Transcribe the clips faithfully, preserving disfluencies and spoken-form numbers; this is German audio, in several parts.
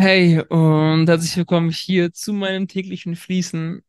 Hey und herzlich willkommen hier zu meinem täglichen Fließen.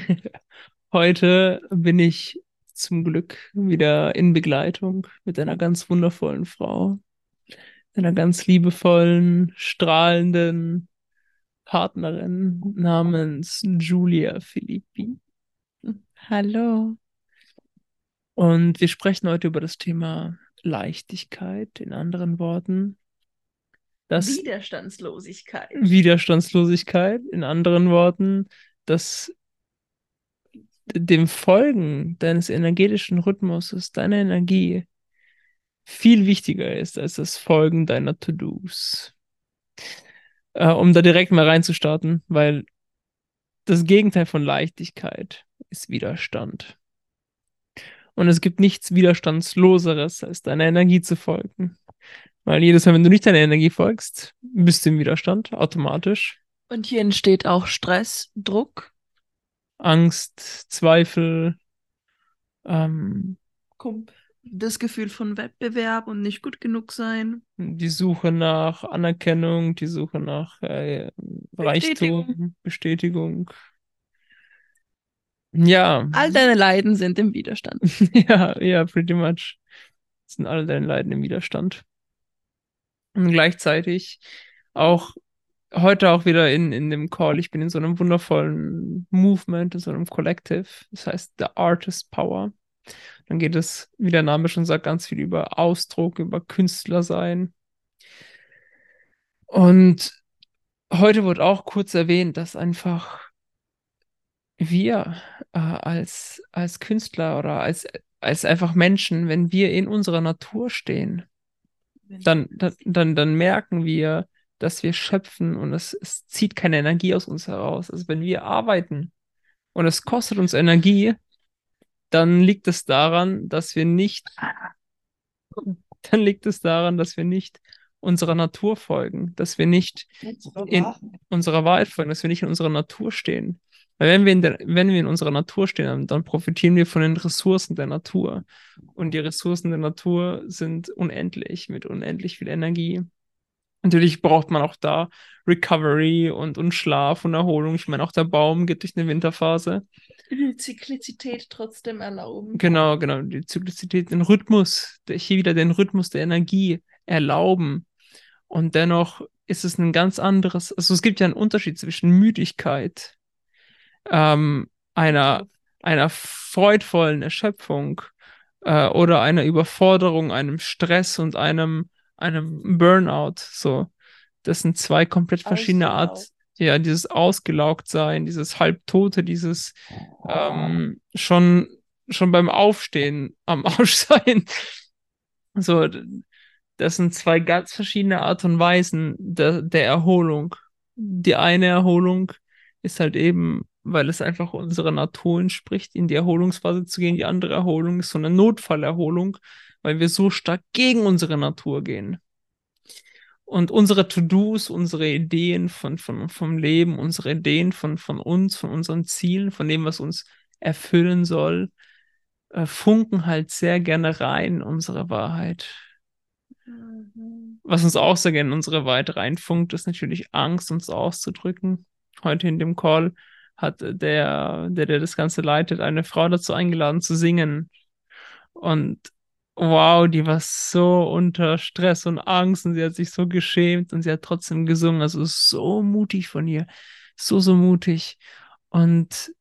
Heute bin ich zum Glück wieder in Begleitung mit einer ganz wundervollen Frau, einer ganz liebevollen, strahlenden Partnerin namens Julia Filippi. Hallo. Und wir sprechen heute über das Thema Leichtigkeit, in anderen Worten, das Widerstandslosigkeit. Widerstandslosigkeit, in anderen Worten, das dem Folgen deines energetischen Rhythmuses, deiner Energie, viel wichtiger ist als das Folgen deiner To-Dos. Äh, um da direkt mal reinzustarten, weil das Gegenteil von Leichtigkeit ist Widerstand. Und es gibt nichts Widerstandsloseres, als deiner Energie zu folgen. Weil jedes Mal, wenn du nicht deiner Energie folgst, bist du im Widerstand, automatisch. Und hier entsteht auch Stress, Druck, Angst, Zweifel, ähm, Kump, das Gefühl von Wettbewerb und nicht gut genug sein. die Suche nach Anerkennung, die Suche nach äh, Bestätigung. Reichtum, Bestätigung. Ja, All deine Leiden sind im Widerstand. ja, ja, pretty much. Sind alle deine Leiden im Widerstand. Und gleichzeitig auch heute auch wieder in, in dem Call, ich bin in so einem wundervollen Movement, in so einem Collective. Das heißt The Artist Power. Dann geht es, wie der Name schon sagt, ganz viel über Ausdruck, über Künstler sein. Und heute wurde auch kurz erwähnt, dass einfach wir äh, als, als Künstler oder als, als einfach Menschen, wenn wir in unserer Natur stehen, dann, dann, dann, dann merken wir, dass wir schöpfen und es, es zieht keine Energie aus uns heraus. Also wenn wir arbeiten und es kostet uns Energie, dann liegt es daran, dass wir nicht, dann liegt es daran, dass wir nicht unserer Natur folgen, dass wir nicht in unserer Wahrheit folgen, dass wir nicht in unserer Natur stehen. Weil wenn wir in der, wenn wir in unserer Natur stehen, dann, dann profitieren wir von den Ressourcen der Natur. Und die Ressourcen der Natur sind unendlich, mit unendlich viel Energie. Natürlich braucht man auch da Recovery und, und Schlaf und Erholung. Ich meine, auch der Baum geht durch eine Winterphase. Die Zyklizität trotzdem erlauben. Genau, genau, die Zyklizität, den Rhythmus, der, hier wieder den Rhythmus der Energie erlauben. Und dennoch ist es ein ganz anderes, also es gibt ja einen Unterschied zwischen Müdigkeit, ähm, einer, einer freudvollen Erschöpfung äh, oder einer Überforderung, einem Stress und einem, einem Burnout. So, das sind zwei komplett verschiedene Art, Ausgelaugt. ja, dieses Ausgelaugtsein, dieses Halbtote, dieses ähm, schon, schon beim Aufstehen am Arsch sein. So, das sind zwei ganz verschiedene Art und Weisen der, der Erholung. Die eine Erholung ist halt eben, weil es einfach unserer Natur entspricht, in die Erholungsphase zu gehen. Die andere Erholung ist so eine Notfallerholung, weil wir so stark gegen unsere Natur gehen. Und unsere To-Dos, unsere Ideen von, von, vom Leben, unsere Ideen von, von uns, von unseren Zielen, von dem, was uns erfüllen soll, äh, funken halt sehr gerne rein in unsere Wahrheit. Mhm. Was uns auch sehr gerne in unsere Wahrheit reinfunkt, ist natürlich Angst, uns auszudrücken. Heute in dem Call hat der, der, der das Ganze leitet, eine Frau dazu eingeladen zu singen. Und wow, die war so unter Stress und Angst und sie hat sich so geschämt und sie hat trotzdem gesungen. Also so mutig von ihr. So, so mutig. Und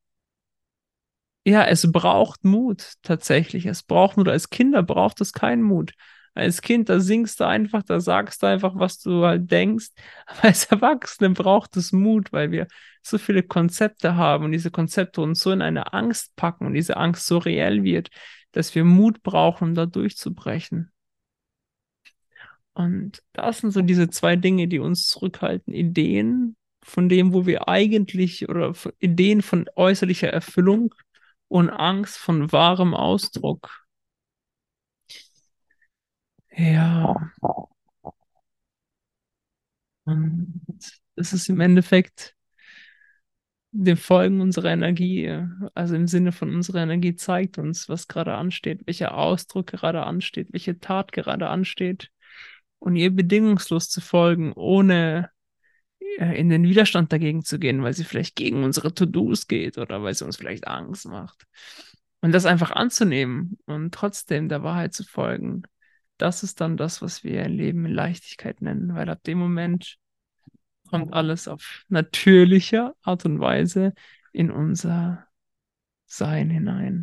ja, es braucht Mut tatsächlich. Es braucht Mut. Als Kinder braucht es keinen Mut. Als Kind, da singst du einfach, da sagst du einfach, was du halt denkst. Aber als Erwachsene braucht es Mut, weil wir so viele Konzepte haben und diese Konzepte uns so in eine Angst packen und diese Angst so reell wird, dass wir Mut brauchen, um da durchzubrechen. Und das sind so diese zwei Dinge, die uns zurückhalten. Ideen von dem, wo wir eigentlich, oder f- Ideen von äußerlicher Erfüllung und Angst von wahrem Ausdruck. Ja, und das ist im Endeffekt dem Folgen unserer Energie. Also im Sinne von unserer Energie zeigt uns, was gerade ansteht, welcher Ausdruck gerade ansteht, welche Tat gerade ansteht. Und ihr bedingungslos zu folgen, ohne äh, in den Widerstand dagegen zu gehen, weil sie vielleicht gegen unsere To-Dos geht oder weil sie uns vielleicht Angst macht. Und das einfach anzunehmen und trotzdem der Wahrheit zu folgen, das ist dann das, was wir Leben in Leichtigkeit nennen, weil ab dem Moment kommt alles auf natürliche Art und Weise in unser Sein hinein.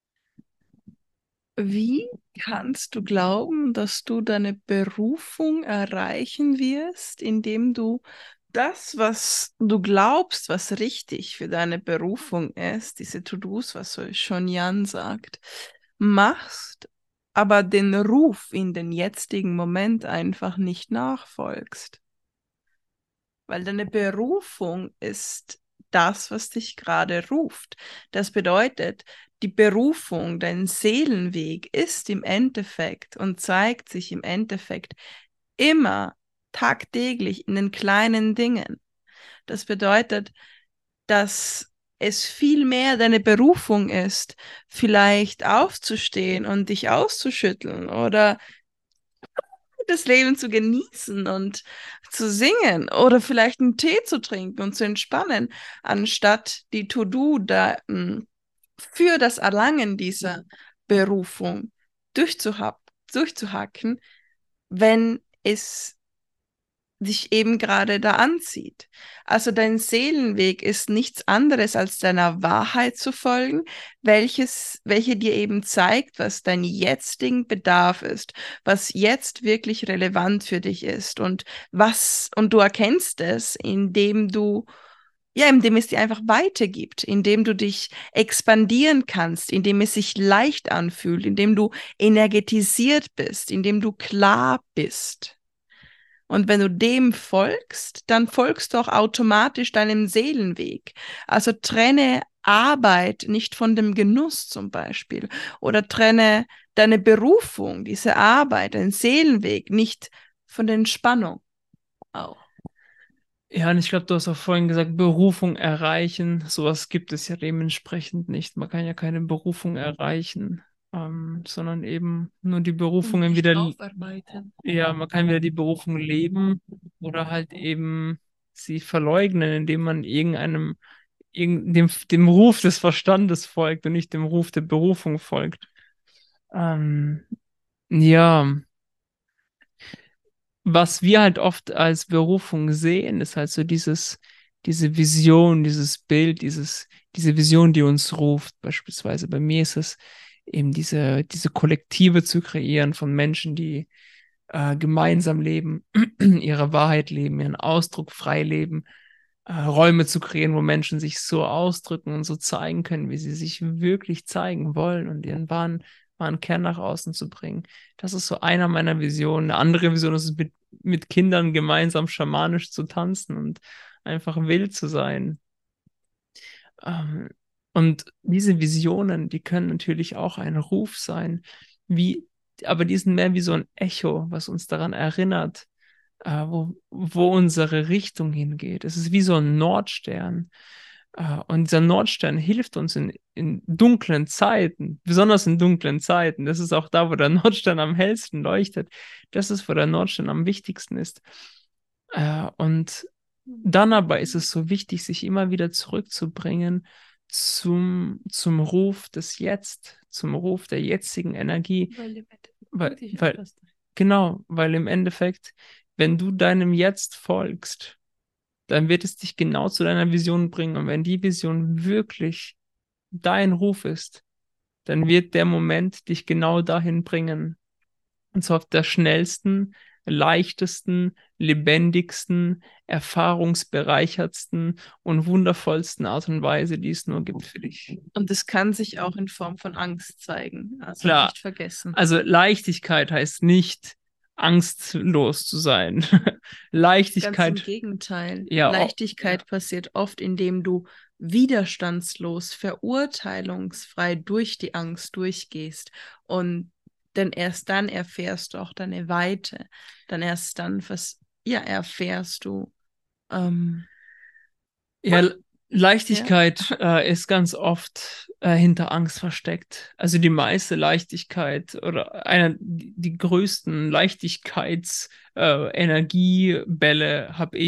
Wie kannst du glauben, dass du deine Berufung erreichen wirst, indem du das, was du glaubst, was richtig für deine Berufung ist, diese To-Dos, was so schon Jan sagt, machst, aber den Ruf in den jetzigen Moment einfach nicht nachfolgst? Weil deine Berufung ist das, was dich gerade ruft. Das bedeutet, die Berufung, dein Seelenweg ist im Endeffekt und zeigt sich im Endeffekt immer tagtäglich in den kleinen Dingen. Das bedeutet, dass es viel mehr deine Berufung ist, vielleicht aufzustehen und dich auszuschütteln oder das Leben zu genießen und zu singen oder vielleicht einen Tee zu trinken und zu entspannen, anstatt die To-Do da mh, für das Erlangen dieser Berufung durchzuha durchzuhacken, wenn es dich eben gerade da anzieht. Also dein Seelenweg ist nichts anderes als deiner Wahrheit zu folgen, welches, welche dir eben zeigt, was dein jetzigen Bedarf ist, was jetzt wirklich relevant für dich ist und was, und du erkennst es, indem du ja, indem es dir einfach weitergibt, indem du dich expandieren kannst, indem es sich leicht anfühlt, indem du energetisiert bist, indem du klar bist. Und wenn du dem folgst, dann folgst du auch automatisch deinem Seelenweg. Also trenne Arbeit nicht von dem Genuss zum Beispiel oder trenne deine Berufung, diese Arbeit, deinen Seelenweg nicht von der Entspannung auch. Ja, und ich glaube, du hast auch vorhin gesagt, Berufung erreichen. Sowas gibt es ja dementsprechend nicht. Man kann ja keine Berufung erreichen, ähm, sondern eben nur die Berufungen Nicht wieder. aufarbeiten. Ja, man kann wieder die Berufung leben oder halt eben sie verleugnen, indem man irgendeinem, irgend, dem, dem Ruf des Verstandes folgt und nicht dem Ruf der Berufung folgt. Ähm, ja. Was wir halt oft als Berufung sehen, ist halt so dieses, diese Vision, dieses Bild, dieses, diese Vision, die uns ruft. Beispielsweise bei mir ist es eben diese, diese Kollektive zu kreieren von Menschen, die äh, gemeinsam leben, ihre Wahrheit leben, ihren Ausdruck frei leben, äh, Räume zu kreieren, wo Menschen sich so ausdrücken und so zeigen können, wie sie sich wirklich zeigen wollen und ihren wahren, wahren Kern nach außen zu bringen. Das ist so einer meiner Visionen. Eine andere Vision ist es, mit, mit Kindern gemeinsam schamanisch zu tanzen und einfach wild zu sein. Ähm, und diese Visionen, die können natürlich auch ein Ruf sein, wie, aber die sind mehr wie so ein Echo, was uns daran erinnert, äh, wo, wo unsere Richtung hingeht. Es ist wie so ein Nordstern. Äh, und dieser Nordstern hilft uns in, in dunklen Zeiten, besonders in dunklen Zeiten. Das ist auch da, wo der Nordstern am hellsten leuchtet. Das ist, wo der Nordstern am wichtigsten ist. Äh, und dann aber ist es so wichtig, sich immer wieder zurückzubringen zum, zum Ruf des Jetzt, zum Ruf der jetzigen Energie. Weil, Weil, weil, genau, weil im Endeffekt, wenn du deinem Jetzt folgst, dann wird es dich genau zu deiner Vision bringen. Und wenn die Vision wirklich dein Ruf ist, dann wird der Moment dich genau dahin bringen. Und zwar auf der schnellsten, leichtesten, lebendigsten, erfahrungsbereichertsten und wundervollsten Art und Weise, die es nur gibt für dich. Und es kann sich auch in Form von Angst zeigen. Also Klar. nicht vergessen. Also Leichtigkeit heißt nicht, angstlos zu sein. Leichtigkeit. Ganz im Gegenteil. Ja, Leichtigkeit ja. passiert oft, indem du widerstandslos, verurteilungsfrei durch die Angst durchgehst. Und denn erst dann erfährst du auch deine Weite. Dann erst dann was, ja, erfährst du. Ähm, Ja, Leichtigkeit ja. Äh, ist ganz oft äh, hinter Angst versteckt. Also die meiste Leichtigkeit oder einer die, die größten Leichtigkeits äh, Energiebälle habe ich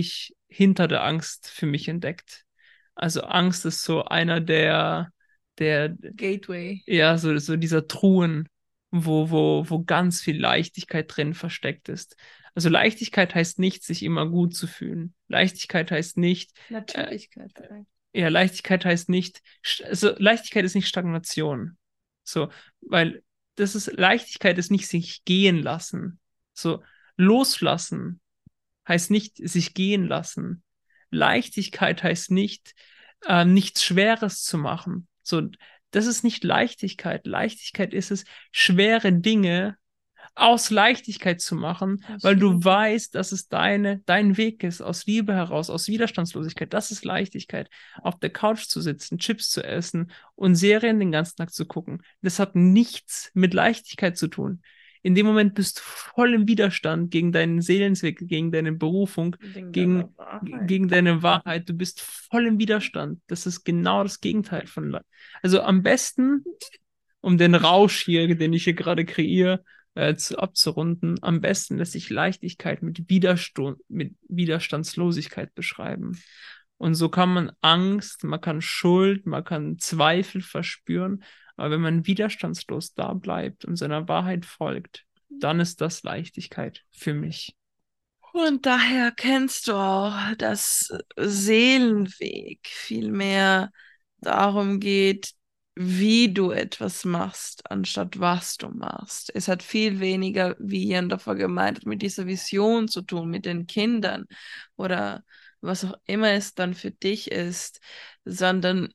hinter der Angst für mich entdeckt. Also Angst ist so einer der, der Gateway. ja, so, so dieser Truhen, wo, wo, wo ganz viel Leichtigkeit drin versteckt ist. Also Leichtigkeit heißt nicht, sich immer gut zu fühlen. Leichtigkeit heißt nicht, äh, Natürlichkeit vielleicht. ja, Leichtigkeit heißt nicht, st- also Leichtigkeit ist nicht Stagnation. So, weil das ist, Leichtigkeit ist nicht sich gehen lassen. So, loslassen heißt nicht sich gehen lassen. Leichtigkeit heißt nicht, äh, nichts Schweres zu machen. So, das ist nicht Leichtigkeit. Leichtigkeit ist es, schwere Dinge aus Leichtigkeit zu machen, Aus weil du Liebe. weißt, dass es deine, dein Weg ist, aus Liebe heraus, aus Widerstandslosigkeit. Das ist Leichtigkeit. Auf der Couch zu sitzen, Chips zu essen und Serien den ganzen Tag zu gucken. Das hat nichts mit Leichtigkeit zu tun. In dem Moment bist du voll im Widerstand gegen deinen Seelensweg, gegen deine Berufung, Wegen gegen, deiner Wahrheit. gegen deine Wahrheit. Du bist voll im Widerstand. Das ist genau das Gegenteil von Le Also am besten, um den Rausch hier, den ich hier gerade kreiere, äh, zu, abzurunden, am besten lässt sich Leichtigkeit mit, Widerstand, mit Widerstandslosigkeit beschreiben. Und so kann man Angst, man kann Schuld, man kann Zweifel verspüren. Aber wenn man widerstandslos da bleibt und seiner Wahrheit folgt, dann ist das Leichtigkeit für mich. Und daher kennst du auch, dass Seelenweg vielmehr darum geht, wie du etwas machst, anstatt was du machst. Es hat viel weniger, wie Jan davor gemeint hat, mit dieser Vision zu tun, mit den Kindern oder was auch immer es dann für dich ist, sondern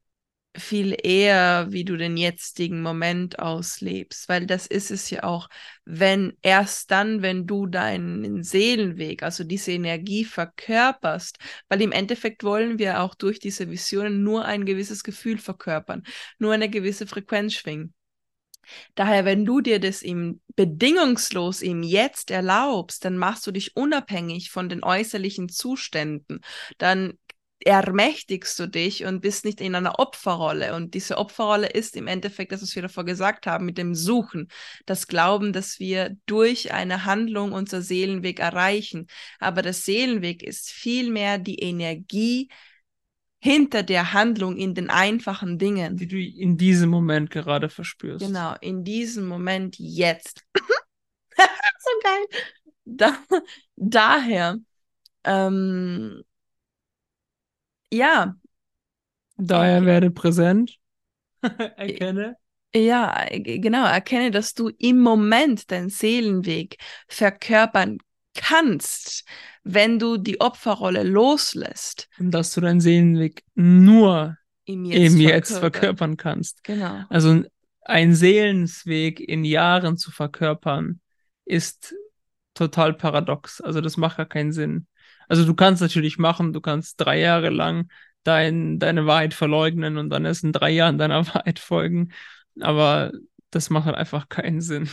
viel eher, wie du den jetzigen Moment auslebst, weil das ist es ja auch, wenn erst dann, wenn du deinen Seelenweg, also diese Energie verkörperst, weil im Endeffekt wollen wir auch durch diese Visionen nur ein gewisses Gefühl verkörpern, nur eine gewisse Frequenz schwingen. Daher, wenn du dir das ihm bedingungslos im Jetzt erlaubst, dann machst du dich unabhängig von den äußerlichen Zuständen. Dann ermächtigst du dich und bist nicht in einer Opferrolle. Und diese Opferrolle ist im Endeffekt das, was wir davor gesagt haben, mit dem Suchen. Das Glauben, dass wir durch eine Handlung unser Seelenweg erreichen. Aber der Seelenweg ist vielmehr die Energie hinter der Handlung in den einfachen Dingen. Die du in diesem Moment gerade verspürst. Genau, in diesem Moment jetzt. So geil. Da, daher, ähm, ja, Daher werde präsent, erkenne. ja, g- genau, erkenne, dass du im Moment deinen Seelenweg verkörpern kannst, wenn du die Opferrolle loslässt. Und dass du deinen Seelenweg nur Im eben Jetzt jetzt verkörpern. verkörpern kannst. Genau. Also ein Seelensweg in Jahren zu verkörpern, ist total paradox. Also das macht gar keinen Sinn. Also du kannst natürlich machen, du kannst drei Jahre lang dein, deine Wahrheit verleugnen und dann erst in drei Jahren deiner Wahrheit folgen. Aber das macht halt einfach keinen Sinn.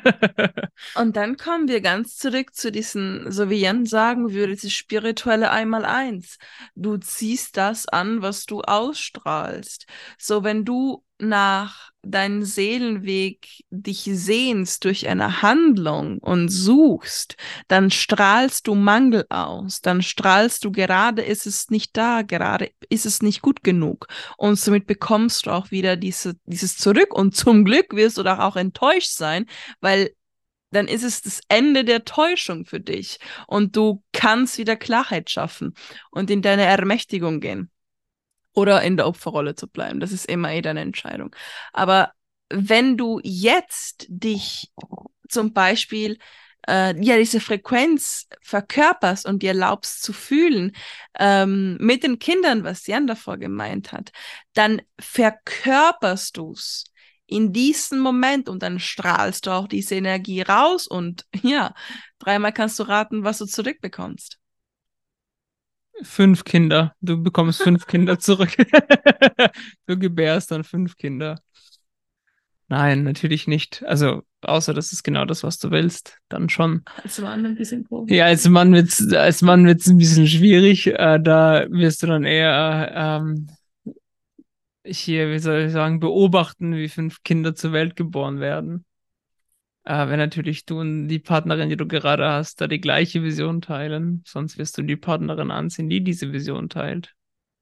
Und dann kommen wir ganz zurück zu diesen, so wie Jan sagen würde, dieses spirituelle Einmaleins. Du ziehst das an, was du ausstrahlst. So, wenn du nach deinem Seelenweg dich sehnst durch eine Handlung und suchst, dann strahlst du Mangel aus. Dann strahlst du, gerade ist es nicht da, gerade ist es nicht gut genug. Und somit bekommst du auch wieder diese, dieses zurück. Und zum Glück wirst du doch auch enttäuscht sein, weil dann ist es das Ende der Täuschung für dich und du kannst wieder Klarheit schaffen und in deine Ermächtigung gehen oder in der Opferrolle zu bleiben. Das ist immer eh deine Entscheidung. Aber wenn du jetzt dich zum Beispiel äh, ja diese Frequenz verkörperst und dir erlaubst zu fühlen ähm, mit den Kindern, was Jan davor gemeint hat, dann verkörperst du es in diesem Moment und dann strahlst du auch diese Energie raus und ja, dreimal kannst du raten, was du zurückbekommst. Fünf Kinder. Du bekommst fünf Kinder zurück. Du gebärst dann fünf Kinder. Nein, natürlich nicht. Also, außer das ist genau das, was du willst, dann schon. Als Mann ein bisschen komisch. Ja, als Mann wird's, als Mann wird's ein bisschen schwierig. Äh, da wirst du dann eher ähm, hier, wie soll ich sagen, beobachten, wie fünf Kinder zur Welt geboren werden. Äh, wenn natürlich du und die Partnerin, die du gerade hast, da die gleiche Vision teilen. Sonst wirst du die Partnerin anziehen, die diese Vision teilt.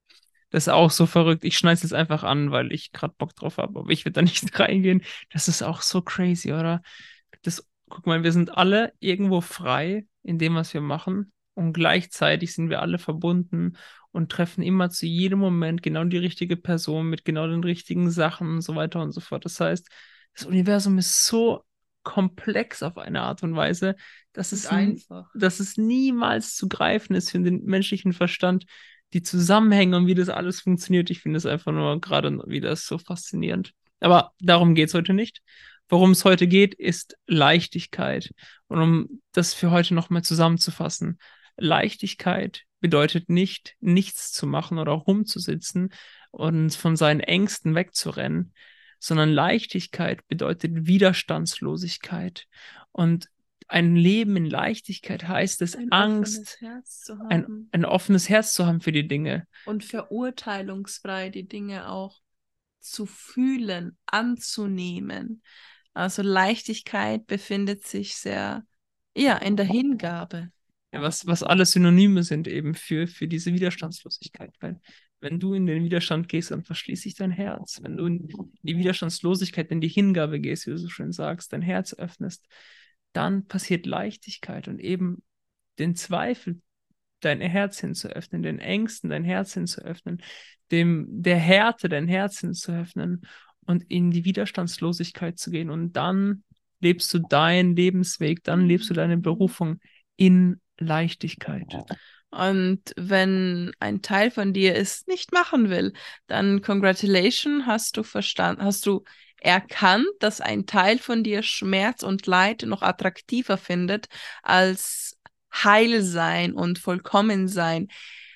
Das ist auch so verrückt. Ich schneide es jetzt einfach an, weil ich gerade Bock drauf habe. Aber ich will da nicht reingehen. Das ist auch so crazy, oder? Das, guck mal, wir sind alle irgendwo frei in dem, was wir machen. Und gleichzeitig sind wir alle verbunden und treffen immer zu jedem Moment genau die richtige Person mit genau den richtigen Sachen und so weiter und so fort. Das heißt, das Universum ist so komplex auf eine Art und Weise, dass Und es, n- einfach. dass es niemals zu greifen ist für den menschlichen Verstand, die Zusammenhänge und wie das alles funktioniert. Ich finde es einfach nur gerade wieder so faszinierend. Aber darum geht es heute nicht. Worum es heute geht, ist Leichtigkeit. Und um das für heute nochmal zusammenzufassen, Leichtigkeit bedeutet nicht, nichts zu machen oder rumzusitzen und von seinen Ängsten wegzurennen, sondern Leichtigkeit bedeutet Widerstandslosigkeit. Und ein Leben in Leichtigkeit heißt es, Ein offenes Angst, Herz zu ein, haben ein offenes Herz zu haben für die Dinge. und verurteilungsfrei die Dinge auch zu fühlen, anzunehmen. Also Leichtigkeit befindet sich sehr, ja, in der Hingabe. Ja, was, was alles Synonyme sind eben für, für diese Widerstandslosigkeit. Weil wenn du in den Widerstand gehst, dann verschließt sich dein Herz. Wenn du in die Widerstandslosigkeit, in die Hingabe gehst, wie du so schön sagst, dein Herz öffnest, dann passiert Leichtigkeit und eben den Zweifel, dein Herz hinzuöffnen, den Ängsten dein Herz hinzuöffnen, dem der Härte dein Herz hinzuöffnen und in die Widerstandslosigkeit zu gehen. Und dann lebst du deinen Lebensweg, dann lebst du deine Berufung in Leichtigkeit. Und wenn ein Teil von dir es nicht machen will, dann congratulations, hast du verstanden, hast du erkannt, dass ein Teil von dir Schmerz und Leid noch attraktiver findet als heil sein und vollkommen sein,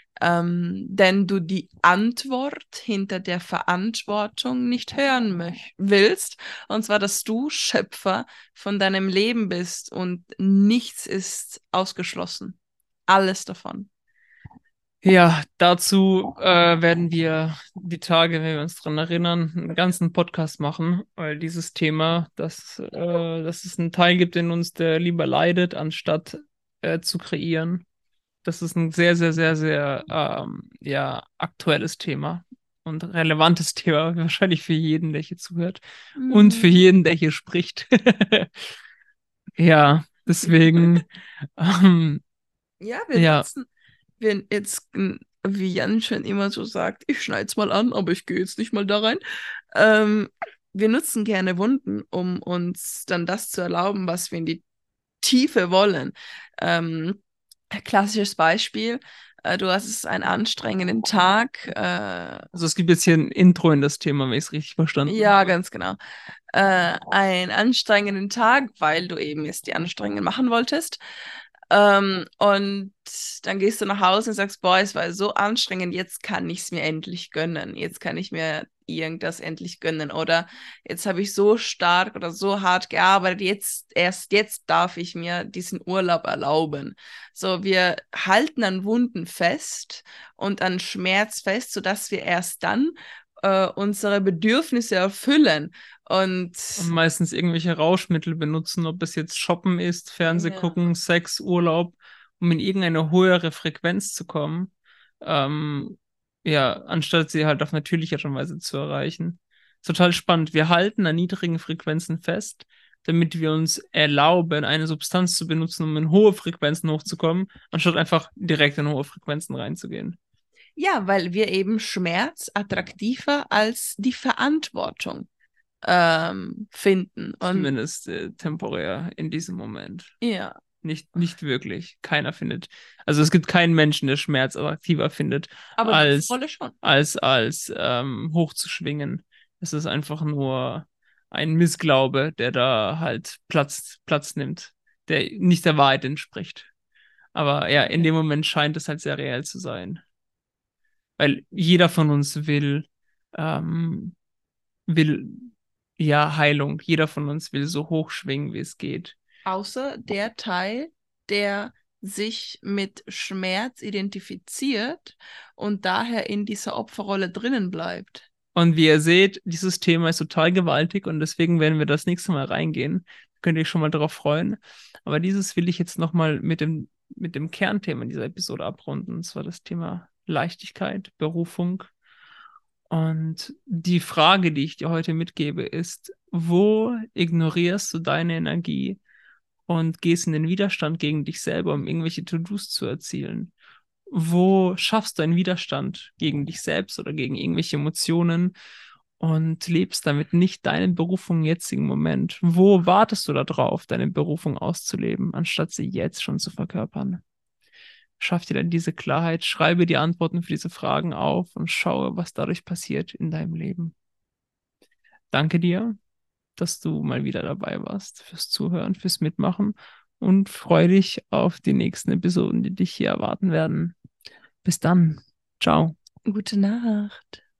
ähm, denn du die Antwort hinter der Verantwortung nicht hören möch- willst, und zwar, dass du Schöpfer von deinem Leben bist und nichts ist ausgeschlossen. Alles davon. Ja, dazu äh, werden wir die Tage, wenn wir uns dran erinnern, einen ganzen Podcast machen, weil dieses Thema, dass, äh, dass es einen Teil gibt in uns, der lieber leidet, anstatt äh, zu kreieren. Das ist ein sehr, sehr, sehr, sehr ähm, ja, aktuelles Thema und relevantes Thema, wahrscheinlich für jeden, der hier zuhört und für Mhm. jeden, der hier spricht. Ja, deswegen, ähm, Ja, wir ja, nutzen, wir jetzt, m, wie Jan schon immer so sagt, ich schneide es mal an, aber ich gehe jetzt nicht mal da rein. Ähm, wir nutzen gerne Wunden, um uns dann das zu erlauben, was wir in die Tiefe wollen. Ähm, klassisches Beispiel, äh, du hast einen anstrengenden Tag, äh, also es gibt jetzt hier ein Intro in das Thema, wenn ich es richtig verstanden ja, habe. ganz genau. Äh, einen anstrengenden Tag, weil du eben jetzt die Anstrengungen machen wolltest. Ähm, und dann gehst du nach Hause und sagst, boah, es war so anstrengend, jetzt kann ich es mir endlich gönnen. Jetzt kann ich mir irgendwas endlich gönnen. Oder jetzt habe ich so stark oder so hart gearbeitet, jetzt, erst jetzt darf ich mir diesen Urlaub erlauben. So, wir halten an Wunden fest und an Schmerz fest, sodass wir erst dann äh, unsere Bedürfnisse erfüllen. Und Und meistens irgendwelche Rauschmittel benutzen, ob es jetzt Shoppen ist, Fernseh ja. gucken, Sex, Urlaub, um in irgendeine höhere Frequenz zu kommen. Ähm, ja, anstatt sie halt auf natürliche Art und Weise zu erreichen. Total spannend. Wir halten an niedrigen Frequenzen fest, damit wir uns erlauben, eine Substanz zu benutzen, um in hohe Frequenzen hochzukommen, anstatt einfach direkt in hohe Frequenzen reinzugehen. Ja, weil wir eben Schmerz attraktiver als die Verantwortung ähm, finden. Und Zumindest äh, temporär in diesem Moment. ja, Nicht, nicht wirklich. Keiner findet. Also es gibt keinen Menschen, der Schmerz attraktiver findet, aber die als, Rolle schon. als, als ähm, hochzuschwingen. Es ist einfach nur ein Missglaube, der da halt Platz, Platz nimmt, der nicht der Wahrheit entspricht. Aber ja, in Ja. dem Moment scheint es halt sehr real zu sein. Weil jeder von uns will, ähm, will ja Heilung. Jeder von uns will so hoch schwingen, wie es geht. Außer der Teil, der sich mit Schmerz identifiziert und daher in dieser Opferrolle drinnen bleibt. Und wie ihr seht, dieses Thema ist total gewaltig und deswegen werden wir das nächste Mal reingehen. Könnt ihr euch schon mal darauf freuen. Aber dieses will ich jetzt nochmal mit dem, mit dem Kernthema dieser Episode abrunden. Und zwar das Thema Leichtigkeit, Berufung. Und die Frage, die ich dir heute mitgebe, ist, wo ignorierst du deine Energie und gehst in den Widerstand gegen dich selber, um irgendwelche To-Dos zu erzielen? Wo schaffst du einen Widerstand gegen dich selbst oder gegen irgendwelche Emotionen und lebst damit nicht deine Berufung im jetzigen Moment? Wo wartest du darauf, deine Berufung auszuleben, anstatt sie jetzt schon zu verkörpern? Schaff dir dann diese Klarheit, schreibe die Antworten für diese Fragen auf und schaue, was dadurch passiert in deinem Leben. Danke dir, dass du mal wieder dabei warst, fürs Zuhören, fürs Mitmachen und freue dich auf die nächsten Episoden, die dich hier erwarten werden. Bis dann. Ciao. Gute Nacht.